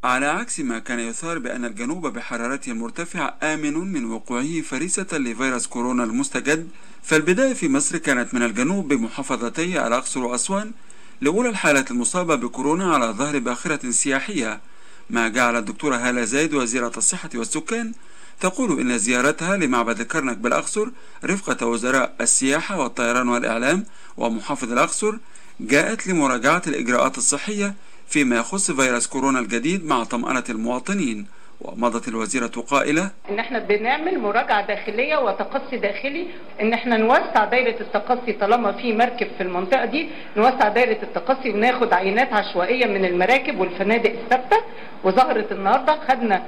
على عكس ما كان يثار بأن الجنوب بحرارته المرتفعة آمن من وقوعه فريسة لفيروس كورونا المستجد، فالبداية في مصر كانت من الجنوب بمحافظتي الأقصر وأسوان لأولى الحالات المصابة بكورونا على ظهر باخرة سياحية، ما جعل الدكتورة هالة زايد وزيرة الصحة والسكان تقول إن زيارتها لمعبد الكرنك بالأقصر رفقة وزراء السياحة والطيران والإعلام ومحافظ الأقصر جاءت لمراجعة الإجراءات الصحية فيما يخص فيروس كورونا الجديد مع طمأنة المواطنين. ومضت الوزيرة قائلة ان احنا بنعمل مراجعة داخلية وتقصي داخلي، ان احنا نوسع دائرة التقصي طالما في مركب في المنطقة دي، نوسع دائرة التقصي وناخد عينات عشوائية من المراكب والفنادق الثابتة. وظهرت النهاردة خدنا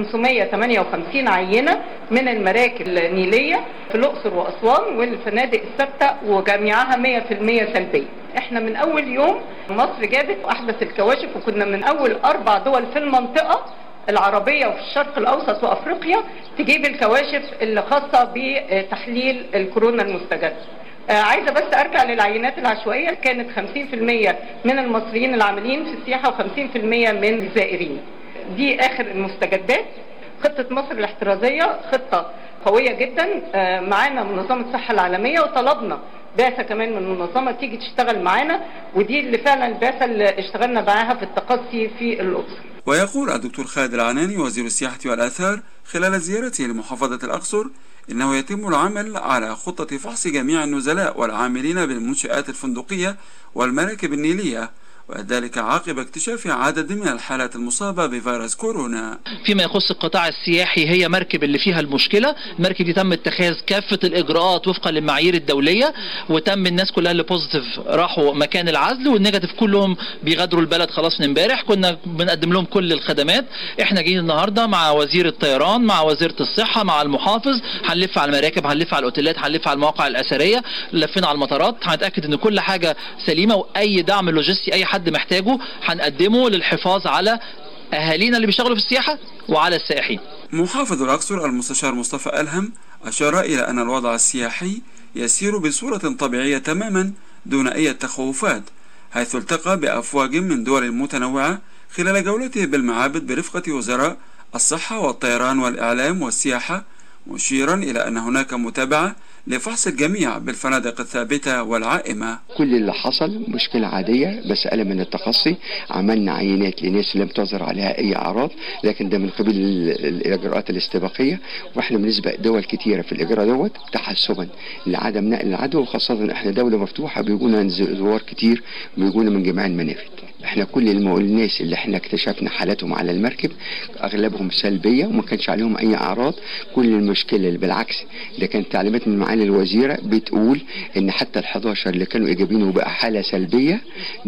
558 عينة من المراكب النيلية في الأقصر وأسوان والفنادق الثابتة، وجميعها 100% سلبية. احنا من أول يوم مصر جابت أحدث الكواشف، وكنا من أول 4 دول في المنطقة العربية وفي الشرق الأوسط وأفريقيا تجيب الكواشف اللي خاصة بتحليل الكورونا المستجد. عايزة بس أرجع للعينات العشوائية، كانت 50% من المصريين العاملين في السياحة و50% من الزائرين. دي آخر المستجدات. خطة مصر الاحترازية خطة قوية جدا، معانا منظمة الصحة العالمية، وطلبنا بعثة كمان من المنظمة تيجي تشتغل معانا، ودي اللي فعلا البعثة اللي اشتغلنا معاها في التقصي في الأقصر. ويقول الدكتور خالد العناني وزير السياحة والآثار خلال زيارته لمحافظة الأقصر إنه يتم العمل على خطة فحص جميع النزلاء والعاملين بالمنشآت الفندقية والمراكب النيلية، وذلك عقب اكتشاف عدد من الحالات المصابة بفيروس كورونا. فيما يخص القطاع السياحي، هي مركب اللي فيها المشكلة. المركب دي تم اتخاذ كافة الإجراءات وفقا للمعايير الدولية، وتم الناس كلها اللي بوزيتيف راحوا مكان العزل، والنيجاتيف كلهم بيغادروا البلد خلاص من امبارح. كنا بنقدم لهم كل الخدمات. احنا جايين النهارده مع وزير الطيران، مع وزيرة الصحة، مع المحافظ، هنلف على المراكب، هنلف على الاوتيلات، هنلف على المواقع الأثرية، لفينا على المطارات، هنتأكد ان كل حاجة سليمة، واي دعم لوجستي اي حد محتاجه هنقدمه للحفاظ على اهالينا اللي بيشتغلوا في السياحة وعلى السائحين. محافظ الأقصر المستشار مصطفى ألهم أشار إلى أن الوضع السياحي يسير بصورة طبيعية تماما دون أي تخوفات، حيث التقى بأفواج من دول متنوعة خلال جولته بالمعابد برفقة وزراء الصحة والطيران والإعلام والسياحة، مشيرا إلى أن هناك متابعة لفحص الجميع بالفنادق الثابتة والعائمة. كل اللي حصل مشكلة عادية، مسألة من التقصي. عملنا عينات لناس لم تظهر عليها أي أعراض، لكن ده من قبيل الإجراءات الاستباقية، وإحنا بنسبق دول كتيرة في الإجراء دوت تحسبا لعدم نقل العدوى، وخاصة إحنا دولة مفتوحة بيجونا زوار كتير بيجونا من جميع المنافذ. احنا كل الناس اللي احنا اكتشفنا حالاتهم على المركب اغلبهم سلبيه وما كانش عليهم اي اعراض. كل المشكله اللي بالعكس ده كانت تعليمات من معالي الوزيره بتقول ان حتى ال11 اللي كانوا ايجابيين وبقى حاله سلبيه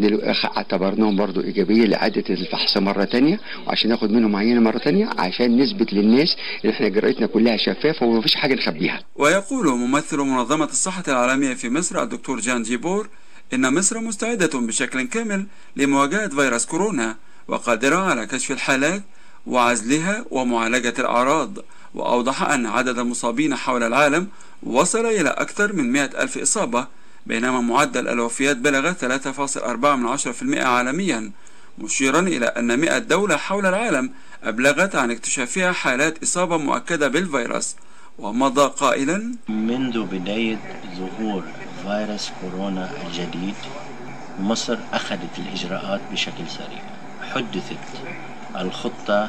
اعتبرناهم برضو ايجابيه لاعاده الفحص مره ثانيه، وعشان ناخد منهم عينه مره ثانيه عشان نثبت للناس ان احنا اجراءاتنا كلها شفافه ومفيش حاجه نخبيها. ويقول ممثل منظمه الصحه العالميه في مصر الدكتور جان جيبور إن مصر مستعدة بشكل كامل لمواجهة فيروس كورونا وقادرة على كشف الحالات وعزلها ومعالجة الأعراض. وأوضح أن عدد المصابين حول العالم وصل إلى أكثر من 100,000 إصابة، بينما معدل الوفيات بلغ 3.4% عالميا، مشيرا إلى أن 100 دولة حول العالم أبلغت عن اكتشافها حالات إصابة مؤكدة بالفيروس. ومضى قائلا: منذ بداية ظهور فيروس كورونا الجديد مصر أخذت الإجراءات بشكل سريع. حدثت الخطة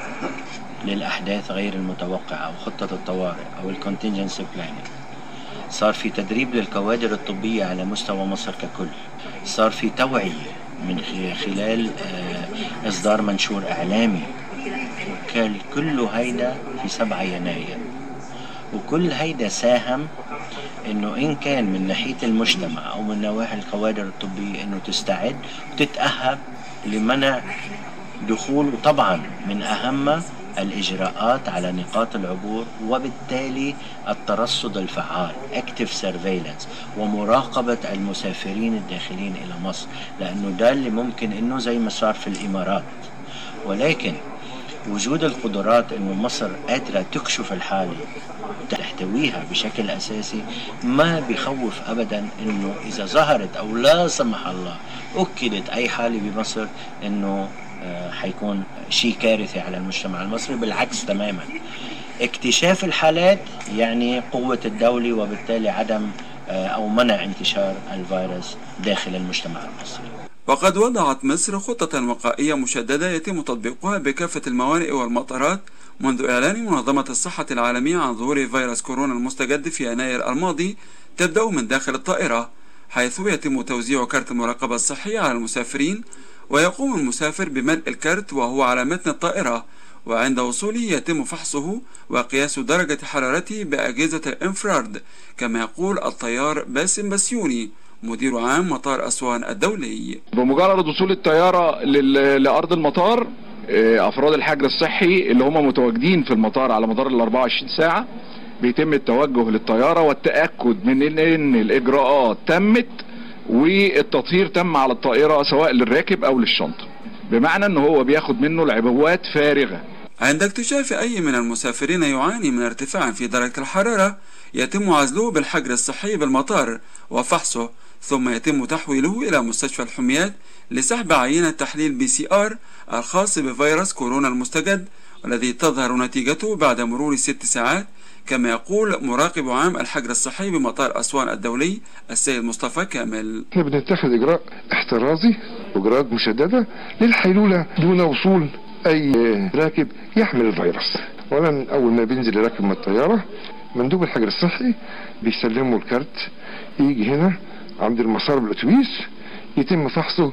للأحداث غير المتوقعة أو خطة الطوارئ أو الكونتينجنسي بلانينج. صار في تدريب للكوادر الطبية على مستوى مصر ككل. صار في توعية من خلال إصدار منشور إعلامي. كل هيدا في 7 يناير، وكل هيدا ساهم انه ان كان من ناحية المجتمع او من نواحي الكوادر الطبية انه تستعد وتتأهب لمنع دخول، وطبعا من اهم الاجراءات على نقاط العبور، وبالتالي الترصد الفعال active surveillance ومراقبة المسافرين الداخلين الى مصر، لانه ده اللي ممكن انه زي ما صار في الامارات. ولكن وجود القدرات انه مصر قادرة تكشف الحالة وتحتويها بشكل اساسي ما بيخوف ابدا انه اذا ظهرت او لا سمح الله اكدت اي حالة بمصر انه حيكون شيء كارثي على المجتمع المصري. بالعكس تماما، اكتشاف الحالات يعني قوة الدولة، وبالتالي عدم أو منع انتشار الفيروس داخل المجتمع المصري. وقد وضعت مصر خطة وقائية مشددة يتم تطبيقها بكافة الموانئ والمطارات منذ إعلان منظمة الصحة العالمية عن ظهور فيروس كورونا المستجد في يناير الماضي، تبدأ من داخل الطائرة، حيث يتم توزيع كارت المراقبة الصحية على المسافرين، ويقوم المسافر بملء الكارت وهو على متن الطائرة، وعند وصوله يتم فحصه وقياس درجة حرارته بأجهزة الإنفرارد، كما يقول الطيار باسم بسيوني مدير عام مطار أسوان الدولي. بمجرد وصول الطيارة لأرض المطار، أفراد الحجر الصحي اللي هم متواجدين في المطار على مدار ال 24 ساعة بيتم التوجه للطيارة والتأكد من إن الإجراءات تمت والتطهير تم على الطائرة سواء للراكب أو للشنطة، بمعنى إن هو بياخد منه العبوات فارغة. عند اكتشاف أي من المسافرين يعاني من ارتفاع في درجة الحرارة يتم عزله بالحجر الصحي بالمطار وفحصه، ثم يتم تحويله إلى مستشفى الحميات لسحب عينة تحليل PCR الخاص بفيروس كورونا المستجد، والذي تظهر نتيجته بعد مرور 6 ساعات، كما يقول مراقب عام الحجر الصحي بمطار أسوان الدولي السيد مصطفى كامل. احنا بنتخذ إجراء احترازي وإجراءات مشددة للحيلولة دون وصول أي راكب يحمل الفيروس. ولا أول ما بينزل راكب من الطيارة مندوب الحجر الصحي بيسلموا الكارت، يجي هنا عند المسار بالأتوبيس يتم فحصه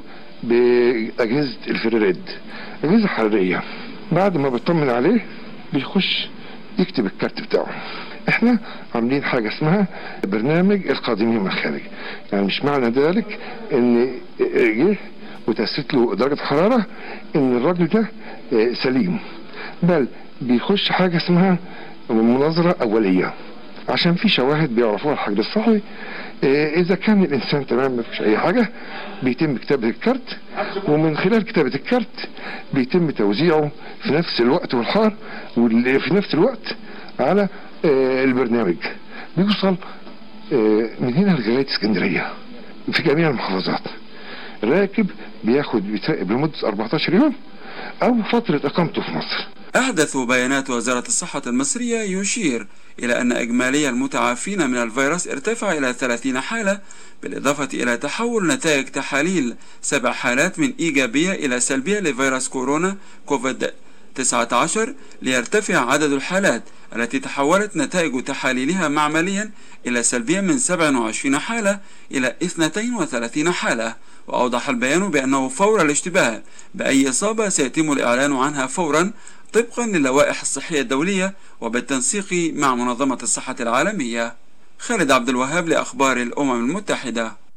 بأجهزة الفريريد، أجهزة حرارية. بعد ما بيطمن عليه بيخش يكتب الكارت بتاعه. احنا عاملين حاجة اسمها برنامج القادمين من الخارج، يعني مش معنى ذلك ان جه وتثبت له درجة حرارة ان الراجل ده سليم، بل بيخش حاجة اسمها مناظرة أولية عشان في شواهد بيعرفوها الحجر الصحي. إذا كان الإنسان تمام ما فيش أي حاجة بيتم كتابة الكارت، ومن خلال كتابة الكارت بيتم توزيعه في نفس الوقت والحار وفي نفس الوقت على البرنامج. بيوصل من هنا لغاية اسكندرية في جميع المحافظات. الراكب بياخد بيتراقب لمدة 14 يوم أو فترة إقامته في مصر. أحدث بيانات وزارة الصحة المصرية يشير إلى أن إجمالي المتعافين من الفيروس ارتفع إلى 30 حالة، بالإضافة إلى تحول نتائج تحاليل 7 حالات من إيجابية إلى سلبية لفيروس كورونا كوفيد-19، ليرتفع عدد الحالات التي تحولت نتائج تحاليلها معمليا إلى سلبية من 27 حالة إلى 32 حالة. وأوضح البيان بأنه فور الاشتباه بأي إصابة سيتم الإعلان عنها فورا طبقا للوائح الصحية الدولية وبالتنسيق مع منظمة الصحة العالمية. خالد عبد الوهاب لأخبار الأمم المتحدة.